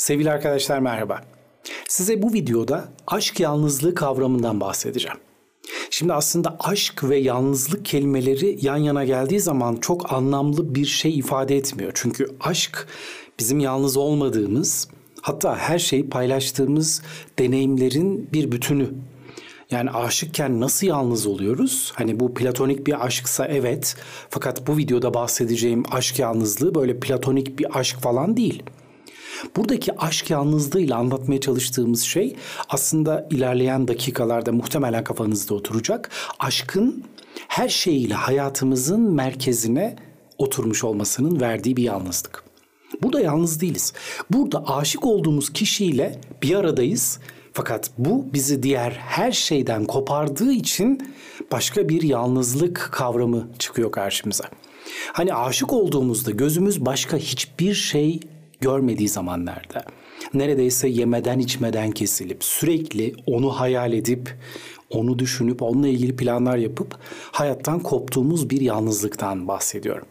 Sevgili arkadaşlar merhaba. Size bu videoda aşk yalnızlığı kavramından bahsedeceğim. Şimdi aslında aşk ve yalnızlık kelimeleri yan yana geldiği zaman çok anlamlı bir şey ifade etmiyor. Çünkü aşk bizim yalnız olmadığımız, hatta her şeyi paylaştığımız deneyimlerin bir bütünü. Yani aşıkken nasıl yalnız oluyoruz? Hani bu platonik bir aşksa evet. Fakat bu videoda bahsedeceğim aşk yalnızlığı böyle platonik bir aşk falan değil. Buradaki aşk yalnızlığıyla anlatmaya çalıştığımız şey aslında ilerleyen dakikalarda muhtemelen kafanızda oturacak. Aşkın her şeyiyle hayatımızın merkezine oturmuş olmasının verdiği bir yalnızlık. Burada yalnız değiliz. Burada aşık olduğumuz kişiyle bir aradayız. Fakat bu bizi diğer her şeyden kopardığı için başka bir yalnızlık kavramı çıkıyor karşımıza. Hani aşık olduğumuzda gözümüz başka hiçbir şey görmediği zamanlarda, neredeyse yemeden içmeden kesilip sürekli onu hayal edip, onu düşünüp, onunla ilgili planlar yapıp hayattan koptuğumuz bir yalnızlıktan bahsediyorum.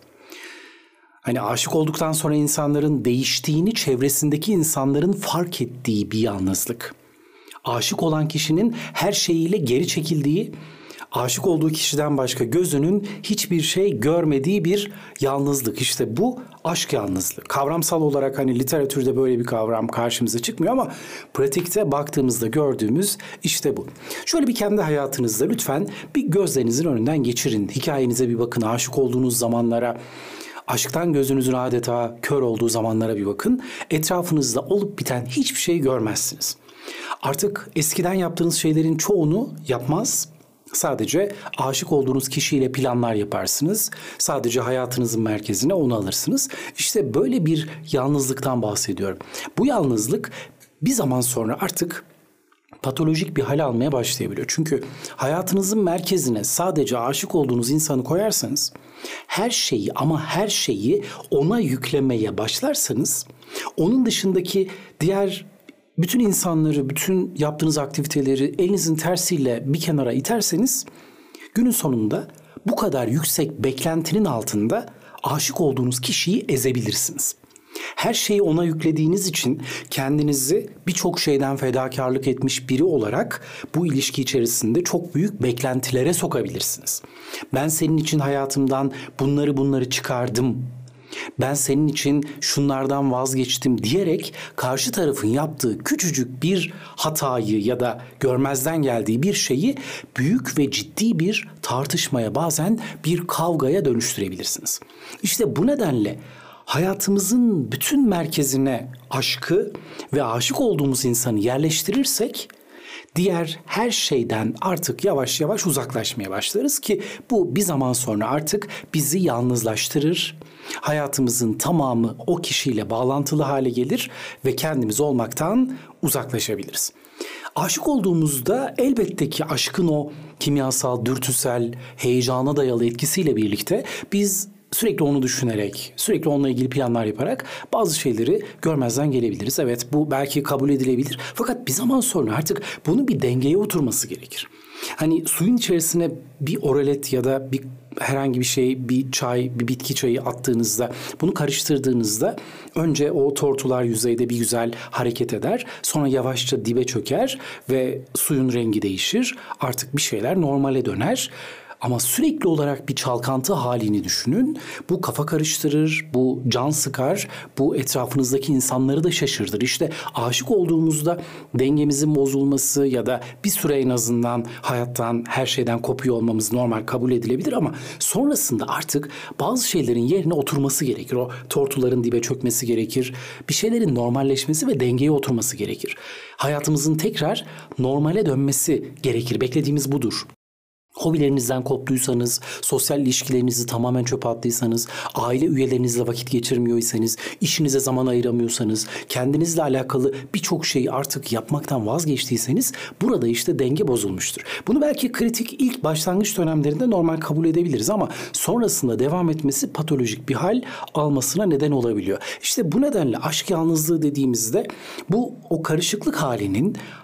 Hani aşık olduktan sonra insanların değiştiğini çevresindeki insanların fark ettiği bir yalnızlık. Aşık olan kişinin her şeyiyle geri çekildiği, aşık olduğu kişiden başka gözünün hiçbir şey görmediği bir yalnızlık. İşte bu aşk yalnızlığı. Kavramsal olarak hani literatürde böyle bir kavram karşımıza çıkmıyor ama pratikte baktığımızda gördüğümüz işte bu. Şöyle bir kendi hayatınızda lütfen bir gözlerinizin önünden geçirin. Hikayenize bir bakın, aşık olduğunuz zamanlara, aşktan gözünüzün adeta kör olduğu zamanlara bir bakın. Etrafınızda olup biten hiçbir şey görmezsiniz. Artık eskiden yaptığınız şeylerin çoğunu yapmaz. Sadece aşık olduğunuz kişiyle planlar yaparsınız. Sadece hayatınızın merkezine onu alırsınız. İşte böyle bir yalnızlıktan bahsediyorum. Bu yalnızlık bir zaman sonra artık patolojik bir hal almaya başlayabiliyor. Çünkü hayatınızın merkezine sadece aşık olduğunuz insanı koyarsanız, her şeyi ama her şeyi ona yüklemeye başlarsanız, onun dışındaki diğer bütün insanları, bütün yaptığınız aktiviteleri elinizin tersiyle bir kenara iterseniz, günün sonunda bu kadar yüksek beklentinin altında aşık olduğunuz kişiyi ezebilirsiniz. Her şeyi ona yüklediğiniz için kendinizi birçok şeyden fedakarlık etmiş biri olarak bu ilişki içerisinde çok büyük beklentilere sokabilirsiniz. Ben senin için hayatımdan bunları çıkardım, ben senin için şunlardan vazgeçtim diyerek karşı tarafın yaptığı küçücük bir hatayı ya da görmezden geldiği bir şeyi büyük ve ciddi bir tartışmaya, bazen bir kavgaya dönüştürebilirsiniz. İşte bu nedenle hayatımızın bütün merkezine aşkı ve aşık olduğumuz insanı yerleştirirsek, diğer her şeyden artık yavaş yavaş uzaklaşmaya başlarız ki bu bir zaman sonra artık bizi yalnızlaştırır. Hayatımızın tamamı o kişiyle bağlantılı hale gelir ve kendimiz olmaktan uzaklaşabiliriz. Aşık olduğumuzda elbette ki aşkın o kimyasal, dürtüsel, heyecana dayalı etkisiyle birlikte biz sürekli onu düşünerek, sürekli onunla ilgili planlar yaparak bazı şeyleri görmezden gelebiliriz. Evet, bu belki kabul edilebilir. Fakat bir zaman sonra artık bunun bir dengeye oturması gerekir. Hani suyun içerisine bir oralet ya da bir herhangi bir şey, bir çay, bir bitki çayı attığınızda, bunu karıştırdığınızda önce o tortular yüzeyde bir güzel hareket eder. Sonra yavaşça dibe çöker ve suyun rengi değişir. Artık bir şeyler normale döner. Ama sürekli olarak bir çalkantı halini düşünün. Bu kafa karıştırır, bu can sıkar, bu etrafınızdaki insanları da şaşırtır. İşte aşık olduğumuzda dengemizin bozulması ya da bir süre en azından hayattan, her şeyden kopuyor olmamız normal kabul edilebilir ama sonrasında artık bazı şeylerin yerine oturması gerekir. O tortuların dibe çökmesi gerekir. Bir şeylerin normalleşmesi ve dengeye oturması gerekir. Hayatımızın tekrar normale dönmesi gerekir. Beklediğimiz budur. Hobilerinizden koptuysanız, sosyal ilişkilerinizi tamamen çöpe attıysanız, aile üyelerinizle vakit geçirmiyorsanız, işinize zaman ayıramıyorsanız, kendinizle alakalı birçok şeyi artık yapmaktan vazgeçtiyseniz burada işte denge bozulmuştur. Bunu belki kritik ilk başlangıç dönemlerinde normal kabul edebiliriz ama sonrasında devam etmesi patolojik bir hal almasına neden olabiliyor. İşte bu nedenle aşk yalnızlığı dediğimizde bu o karışıklık halinin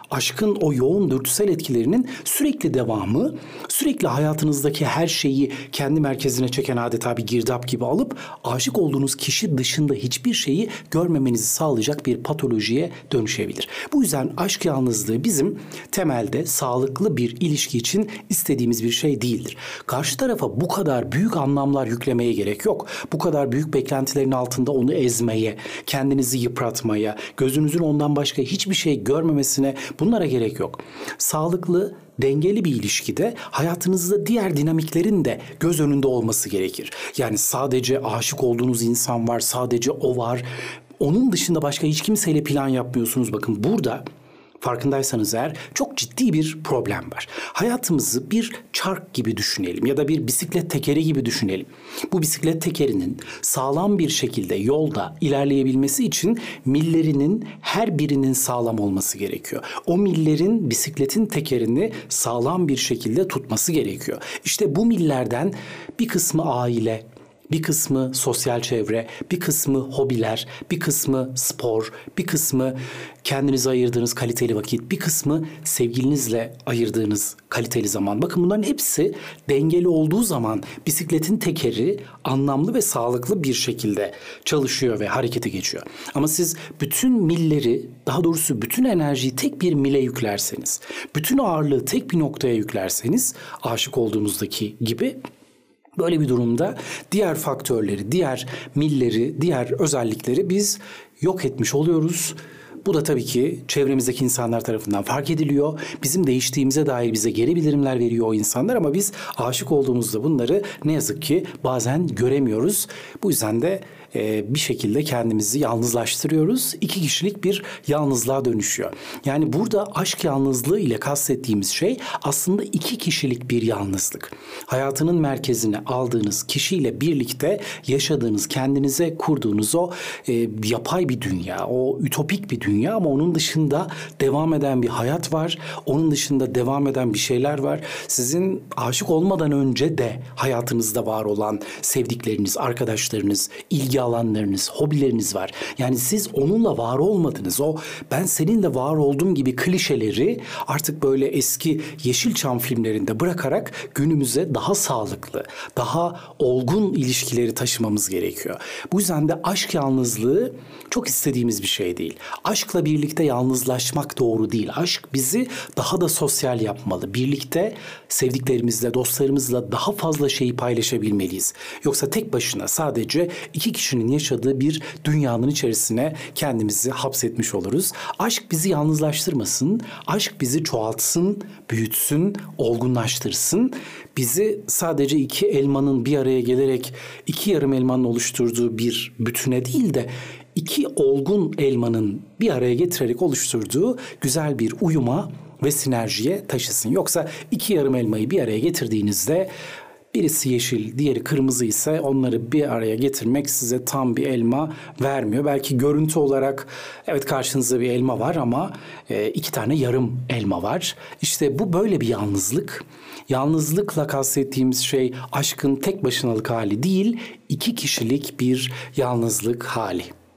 Aşkın o yoğun dürtüsel etkilerinin sürekli devamı, sürekli hayatınızdaki her şeyi kendi merkezine çeken adeta bir girdap gibi alıp aşık olduğunuz kişi dışında hiçbir şeyi görmemenizi sağlayacak bir patolojiye dönüşebilir. Bu yüzden aşk yalnızlığı bizim temelde sağlıklı bir ilişki için istediğimiz bir şey değildir. Karşı tarafa bu kadar büyük anlamlar yüklemeye gerek yok. Bu kadar büyük beklentilerin altında onu ezmeye, kendinizi yıpratmaya, gözünüzün ondan başka hiçbir şey görmemesine, bunlara gerek yok. Sağlıklı, dengeli bir ilişkide hayatınızda diğer dinamiklerin de göz önünde olması gerekir. Yani sadece aşık olduğunuz insan var, sadece o var. Onun dışında başka hiç kimseyle plan yapmıyorsunuz. Bakın burada farkındaysanız eğer çok ciddi bir problem var. Hayatımızı bir çark gibi düşünelim ya da bir bisiklet tekeri gibi düşünelim. Bu bisiklet tekerinin sağlam bir şekilde yolda ilerleyebilmesi için millerinin her birinin sağlam olması gerekiyor. O millerin bisikletin tekerini sağlam bir şekilde tutması gerekiyor. İşte bu millerden bir kısmı aile, bir kısmı sosyal çevre, bir kısmı hobiler, bir kısmı spor, bir kısmı kendinize ayırdığınız kaliteli vakit, bir kısmı sevgilinizle ayırdığınız kaliteli zaman. Bakın bunların hepsi dengeli olduğu zaman bisikletin tekeri anlamlı ve sağlıklı bir şekilde çalışıyor ve harekete geçiyor. Ama siz bütün milleri, daha doğrusu bütün enerjiyi tek bir mile yüklerseniz, bütün ağırlığı tek bir noktaya yüklerseniz, aşık olduğunuzdaki gibi, böyle bir durumda diğer faktörleri, diğer milleri, diğer özellikleri biz yok etmiş oluyoruz. Bu da tabii ki çevremizdeki insanlar tarafından fark ediliyor. Bizim değiştiğimize dair bize geri bildirimler veriyor o insanlar ama biz aşık olduğumuzda bunları ne yazık ki bazen göremiyoruz. Bu yüzden de bir şekilde kendimizi yalnızlaştırıyoruz. 2 kişilik bir yalnızlığa dönüşüyor. Yani burada aşk yalnızlığı ile kastettiğimiz şey aslında 2 kişilik bir yalnızlık. Hayatının merkezine aldığınız kişiyle birlikte yaşadığınız, kendinize kurduğunuz o yapay bir dünya, o ütopik bir dünya ama onun dışında devam eden bir hayat var. Onun dışında devam eden bir şeyler var. Sizin aşık olmadan önce de hayatınızda var olan sevdikleriniz, arkadaşlarınız, ilgi alanlarınız, hobileriniz var. Yani siz onunla var olmadınız. O ben seninle var oldum gibi klişeleri artık böyle eski Yeşilçam filmlerinde bırakarak günümüze daha sağlıklı, daha olgun ilişkileri taşımamız gerekiyor. Bu yüzden de aşk yalnızlığı çok istediğimiz bir şey değil. Aşkla birlikte yalnızlaşmak doğru değil. Aşk bizi daha da sosyal yapmalı. Birlikte sevdiklerimizle, dostlarımızla daha fazla şeyi paylaşabilmeliyiz. Yoksa tek başına sadece 2 kişinin yaşadığı bir dünyanın içerisine kendimizi hapsetmiş oluruz. Aşk bizi yalnızlaştırmasın. Aşk bizi çoğaltsın, büyütsün, olgunlaştırsın. Bizi sadece 2 elmanın bir araya gelerek 2 yarım elmanın oluşturduğu bir bütüne değil de 2 olgun elmanın bir araya getirerek oluşturduğu güzel bir uyuma ve sinerjiye taşısın. Yoksa 2 yarım elmayı bir araya getirdiğinizde birisi yeşil, diğeri kırmızı ise onları bir araya getirmek size tam bir elma vermiyor. Belki görüntü olarak evet karşınızda bir elma var ama 2 tane yarım elma var. İşte bu böyle bir yalnızlık. Yalnızlıkla kastettiğimiz şey aşkın tek başınalık hali değil, 2 kişilik bir yalnızlık hali.